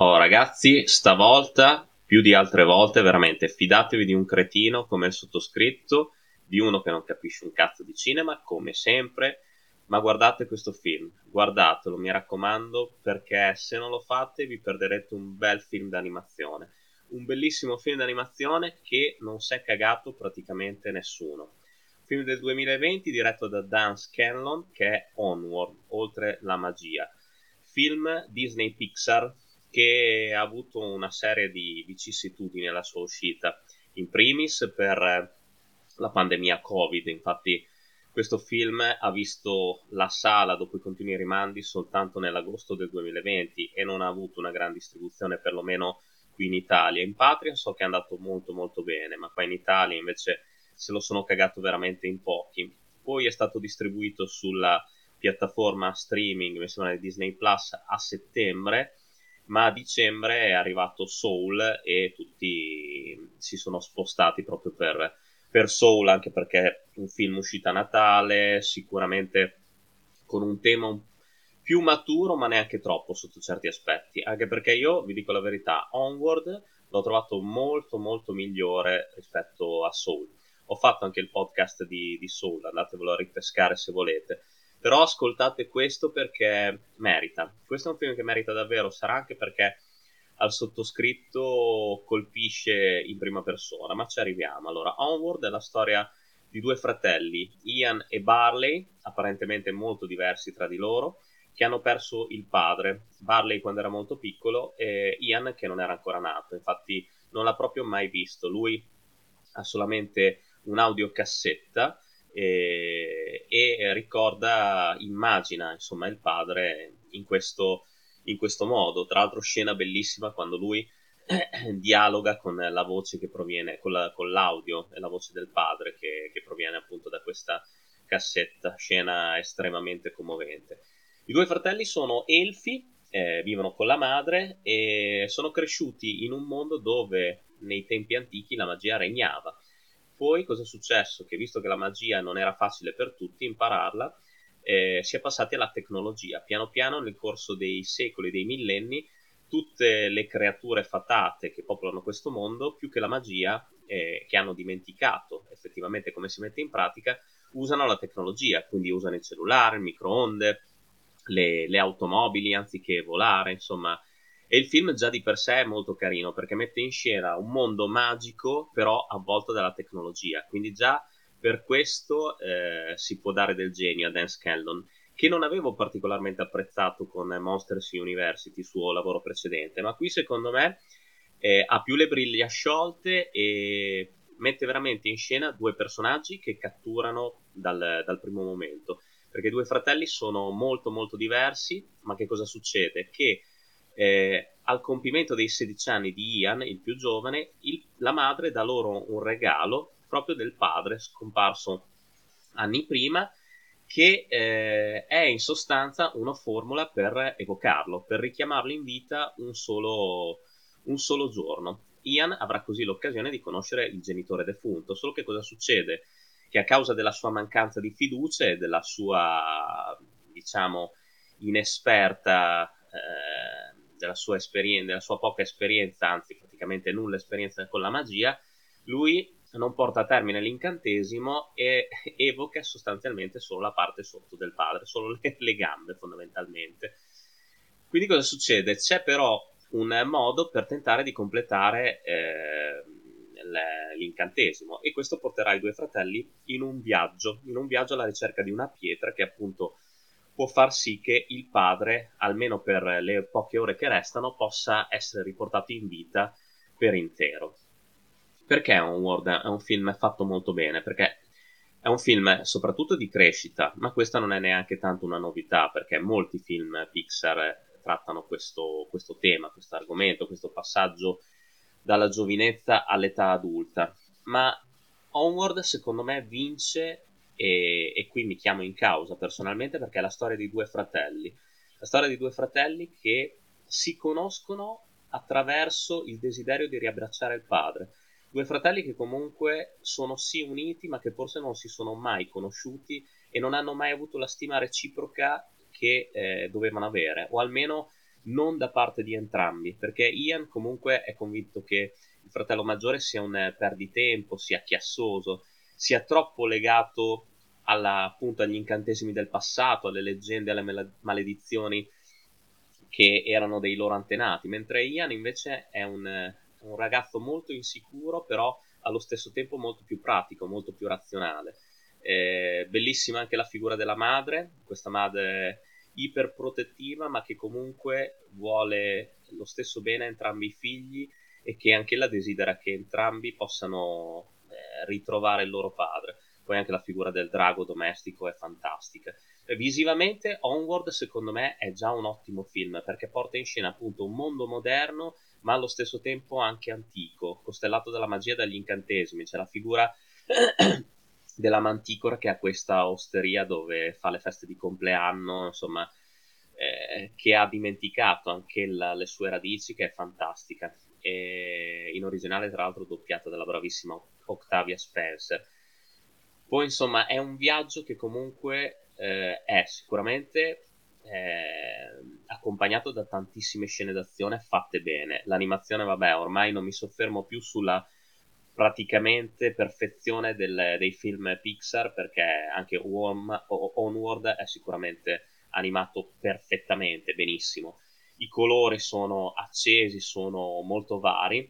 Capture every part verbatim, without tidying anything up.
Oh ragazzi, stavolta più di altre volte veramente fidatevi di un cretino come il sottoscritto, di uno che non capisce un cazzo di cinema come sempre, ma guardate questo film, guardatelo, mi raccomando, perché se non lo fate vi perderete un bel film d'animazione, un bellissimo film d'animazione che non si è cagato praticamente nessuno. Film del duemilaventi diretto da Dan Scanlon, che è Onward, Oltre la magia, film Disney Pixar che ha avuto una serie di vicissitudini alla sua uscita, in primis per la pandemia Covid. Infatti questo film ha visto la sala dopo i continui rimandi soltanto nell'agosto del duemilaventi e non ha avuto una gran distribuzione, perlomeno qui in Italia. In patria so che è andato molto molto bene, ma qua in Italia invece se lo sono cagato veramente in pochi. Poi è stato distribuito sulla piattaforma streaming, mi sembra di Disney Plus, a settembre, ma a dicembre è arrivato Soul e tutti si sono spostati proprio per, per Soul, anche perché è un film uscito a Natale, sicuramente con un tema un più maturo, ma neanche troppo sotto certi aspetti, anche perché io, vi dico la verità, Onward l'ho trovato molto molto migliore rispetto a Soul. Ho fatto anche il podcast di, di Soul, andatevelo a ripescare se volete. Però ascoltate questo perché merita. Questo è un film che merita davvero, sarà anche perché al sottoscritto colpisce in prima persona, ma ci arriviamo. Allora, Onward è la storia di due fratelli, Ian e Barley, apparentemente molto diversi tra di loro, che hanno perso il padre, Barley quando era molto piccolo e Ian che non era ancora nato, infatti non l'ha proprio mai visto. Lui ha solamente un'audiocassetta e, e ricorda, immagina insomma il padre in questo, in questo modo. Tra l'altro scena bellissima quando lui eh, dialoga con la voce che proviene, con, la, con l'audio e la voce del padre che, che proviene appunto da questa cassetta, scena estremamente commovente. I due fratelli sono elfi, eh, vivono con la madre e sono cresciuti in un mondo dove nei tempi antichi la magia regnava. Poi cosa è successo? Che visto che la magia non era facile per tutti impararla, eh, si è passati alla tecnologia. Piano piano nel corso dei secoli, dei millenni, tutte le creature fatate che popolano questo mondo, più che la magia, eh, che hanno dimenticato effettivamente come si mette in pratica, usano la tecnologia, quindi usano il cellulare, il microonde, le, le automobili anziché volare, insomma. E il film già di per sé è molto carino perché mette in scena un mondo magico però avvolto dalla tecnologia, quindi già per questo eh, si può dare del genio a Dan Scanlon, che non avevo particolarmente apprezzato con Monsters University, suo lavoro precedente, ma qui secondo me eh, ha più le briglie sciolte e mette veramente in scena due personaggi che catturano dal, dal primo momento, perché i due fratelli sono molto molto diversi, ma che cosa succede? Che eh, al compimento dei sedici anni di Ian, il più giovane, il, la madre dà loro un regalo proprio del padre scomparso anni prima, che eh, è in sostanza una formula per evocarlo, per richiamarlo in vita un solo, un solo giorno. Ian avrà così l'occasione di conoscere il genitore defunto, solo che cosa succede? Che a causa della sua mancanza di fiducia e della sua, diciamo, inesperta, eh, della sua esperienza, della sua poca esperienza, anzi praticamente nulla esperienza con la magia, lui non porta a termine l'incantesimo e evoca sostanzialmente solo la parte sotto del padre, solo le, le gambe fondamentalmente. Quindi cosa succede? C'è però un modo per tentare di completare eh, l'incantesimo e questo porterà i due fratelli in un viaggio, in un viaggio alla ricerca di una pietra che appunto può far sì che il padre, almeno per le poche ore che restano, possa essere riportato in vita per intero. Perché Onward è un film fatto molto bene? Perché è un film soprattutto di crescita, ma questa non è neanche tanto una novità, perché molti film Pixar trattano questo, questo tema, questo argomento, questo passaggio dalla giovinezza all'età adulta. Ma Onward, secondo me, vince e, e qui mi chiamo in causa personalmente perché è la storia di due fratelli. La storia di due fratelli che si conoscono attraverso il desiderio di riabbracciare il padre. Due fratelli che comunque sono sì uniti, ma che forse non si sono mai conosciuti e non hanno mai avuto la stima reciproca che eh, dovevano avere, o almeno non da parte di entrambi, perché Ian comunque è convinto che il fratello maggiore sia un perditempo, sia chiassoso, sia troppo legato alla, appunto agli incantesimi del passato, alle leggende, alle mele- maledizioni che erano dei loro antenati, mentre Ian invece è un, un ragazzo molto insicuro, però allo stesso tempo molto più pratico, molto più razionale. Eh, bellissima anche la figura della madre, questa madre iperprotettiva, ma che comunque vuole lo stesso bene a entrambi i figli e che anche ella desidera che entrambi possano eh, ritrovare il loro padre. Poi anche la figura del drago domestico è fantastica. Visivamente Onward secondo me è già un ottimo film perché porta in scena appunto un mondo moderno ma allo stesso tempo anche antico, costellato dalla magia e dagli incantesimi. C'è la figura della Manticora che ha questa osteria dove fa le feste di compleanno, insomma, eh, che ha dimenticato anche la, le sue radici, che è fantastica. E in originale tra l'altro doppiata dalla bravissima Octavia Spencer. Poi insomma è un viaggio che comunque eh, è sicuramente eh, accompagnato da tantissime scene d'azione fatte bene. L'animazione, vabbè, ormai non mi soffermo più sulla praticamente perfezione del, dei film Pixar perché anche Worm, o, Onward è sicuramente animato perfettamente, benissimo. I colori sono accesi, sono molto vari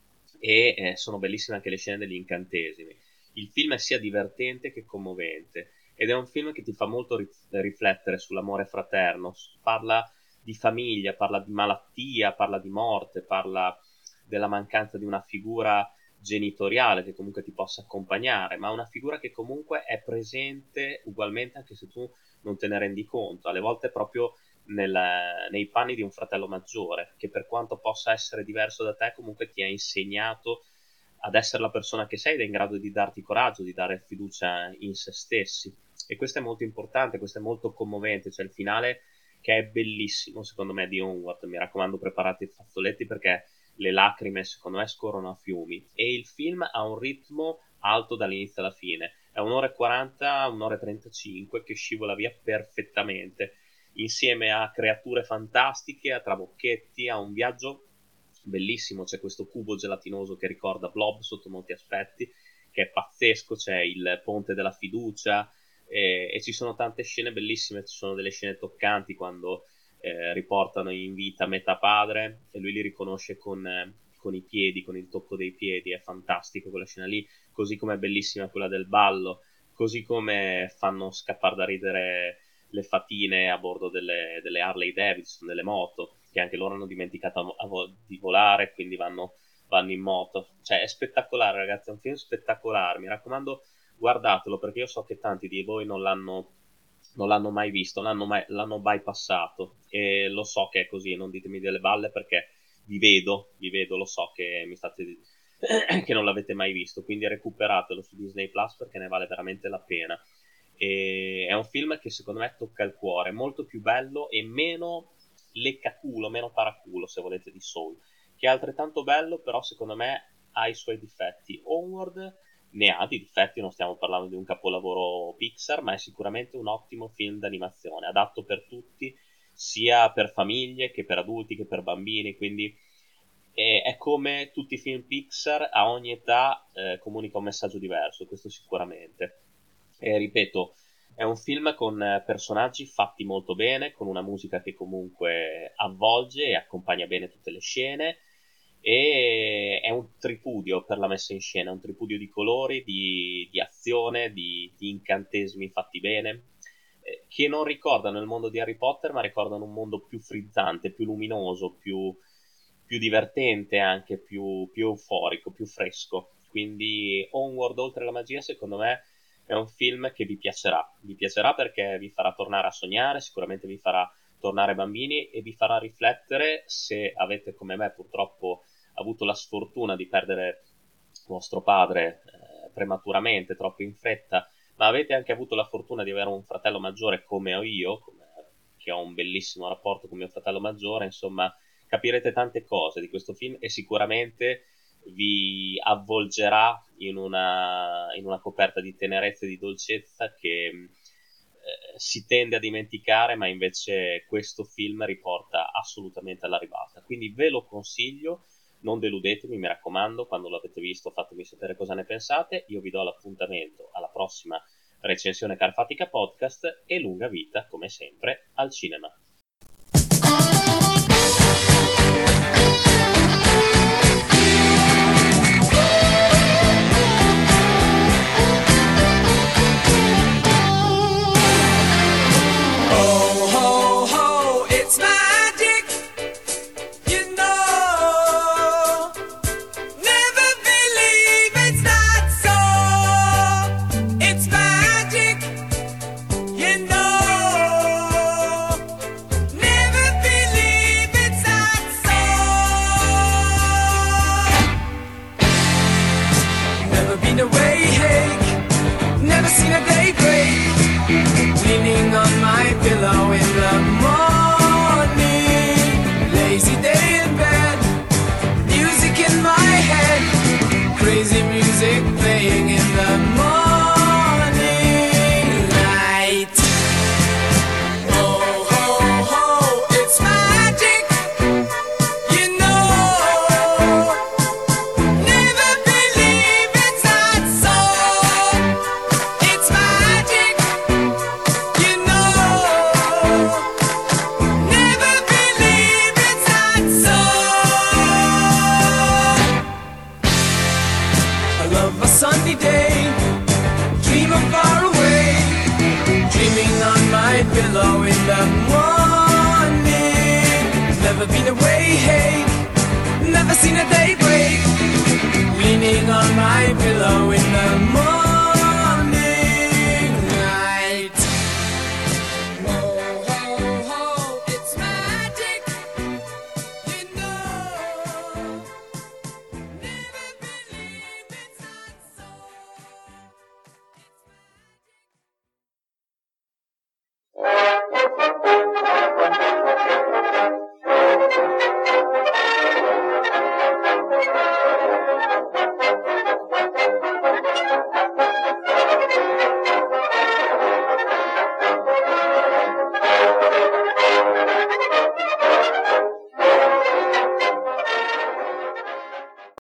e eh, sono bellissime anche le scene degli incantesimi. Il film è sia divertente che commovente ed è un film che ti fa molto ri- riflettere sull'amore fraterno, parla di famiglia, parla di malattia, parla di morte, parla della mancanza di una figura genitoriale che comunque ti possa accompagnare, ma una figura che comunque è presente ugualmente anche se tu non te ne rendi conto, alle volte proprio nel, nei panni di un fratello maggiore, che per quanto possa essere diverso da te comunque ti ha insegnato ad essere la persona che sei ed è in grado di darti coraggio, di dare fiducia in se stessi. E questo è molto importante, questo è molto commovente, cioè il finale che è bellissimo secondo me di Onward, mi raccomando preparate i fazzoletti perché le lacrime secondo me scorrono a fiumi e il film ha un ritmo alto dall'inizio alla fine, è un'ora e quaranta, un'ora e trentacinque che scivola via perfettamente insieme a creature fantastiche, a trabocchetti, a un viaggio bellissimo. C'è questo cubo gelatinoso che ricorda Blob sotto molti aspetti, che è pazzesco, c'è il ponte della fiducia e, e ci sono tante scene bellissime, ci sono delle scene toccanti quando eh, riportano in vita metà padre e lui li riconosce con, eh, con i piedi, con il tocco dei piedi, è fantastico quella scena lì, così come è bellissima quella del ballo, così come fanno scappare da ridere le fatine a bordo delle, delle Harley Davidson, delle moto, che anche loro hanno dimenticato a, a, di volare, quindi vanno, vanno in moto. Cioè è spettacolare ragazzi, è un film spettacolare, mi raccomando guardatelo perché io so che tanti di voi non l'hanno, non l'hanno mai visto, l'hanno, mai, l'hanno bypassato e lo so che è così, non ditemi delle balle perché vi vedo, vi vedo, lo so che mi state che non l'avete mai visto, quindi recuperatelo su Disney Plus perché ne vale veramente la pena. E è un film che secondo me tocca il cuore, molto più bello e meno leccaculo, meno paraculo se volete di Soul, che è altrettanto bello però secondo me ha i suoi difetti. Onward ne ha di difetti, non stiamo parlando di un capolavoro Pixar, ma è sicuramente un ottimo film d'animazione, adatto per tutti, sia per famiglie che per adulti che per bambini, quindi è, è come tutti i film Pixar, a ogni età eh, comunica un messaggio diverso, questo sicuramente. E ripeto, è un film con eh, personaggi fatti molto bene, con una musica che comunque avvolge e accompagna bene tutte le scene e è un tripudio per la messa in scena, un tripudio di colori, di, di azione, di, di incantesimi fatti bene, eh, che non ricordano il mondo di Harry Potter, ma ricordano un mondo più frizzante, più luminoso, più, più divertente, anche più, più euforico, più fresco. Quindi Onward, oltre alla magia, secondo me è un film che vi piacerà. Vi piacerà perché vi farà tornare a sognare, sicuramente vi farà tornare bambini e vi farà riflettere se avete come me purtroppo avuto la sfortuna di perdere vostro padre eh, prematuramente, troppo in fretta, ma avete anche avuto la fortuna di avere un fratello maggiore come ho io, come, che ho un bellissimo rapporto con mio fratello maggiore, insomma capirete tante cose di questo film e sicuramente vi avvolgerà in una, in una coperta di tenerezza e di dolcezza che eh, si tende a dimenticare, ma invece questo film riporta assolutamente alla ribalta. Quindi ve lo consiglio, non deludetemi, mi raccomando, quando l'avete visto fatemi sapere cosa ne pensate. Io vi do l'appuntamento alla prossima recensione Carfatica Podcast e lunga vita, come sempre, al cinema. Never seen a day break, leaning on my pillow in the morning.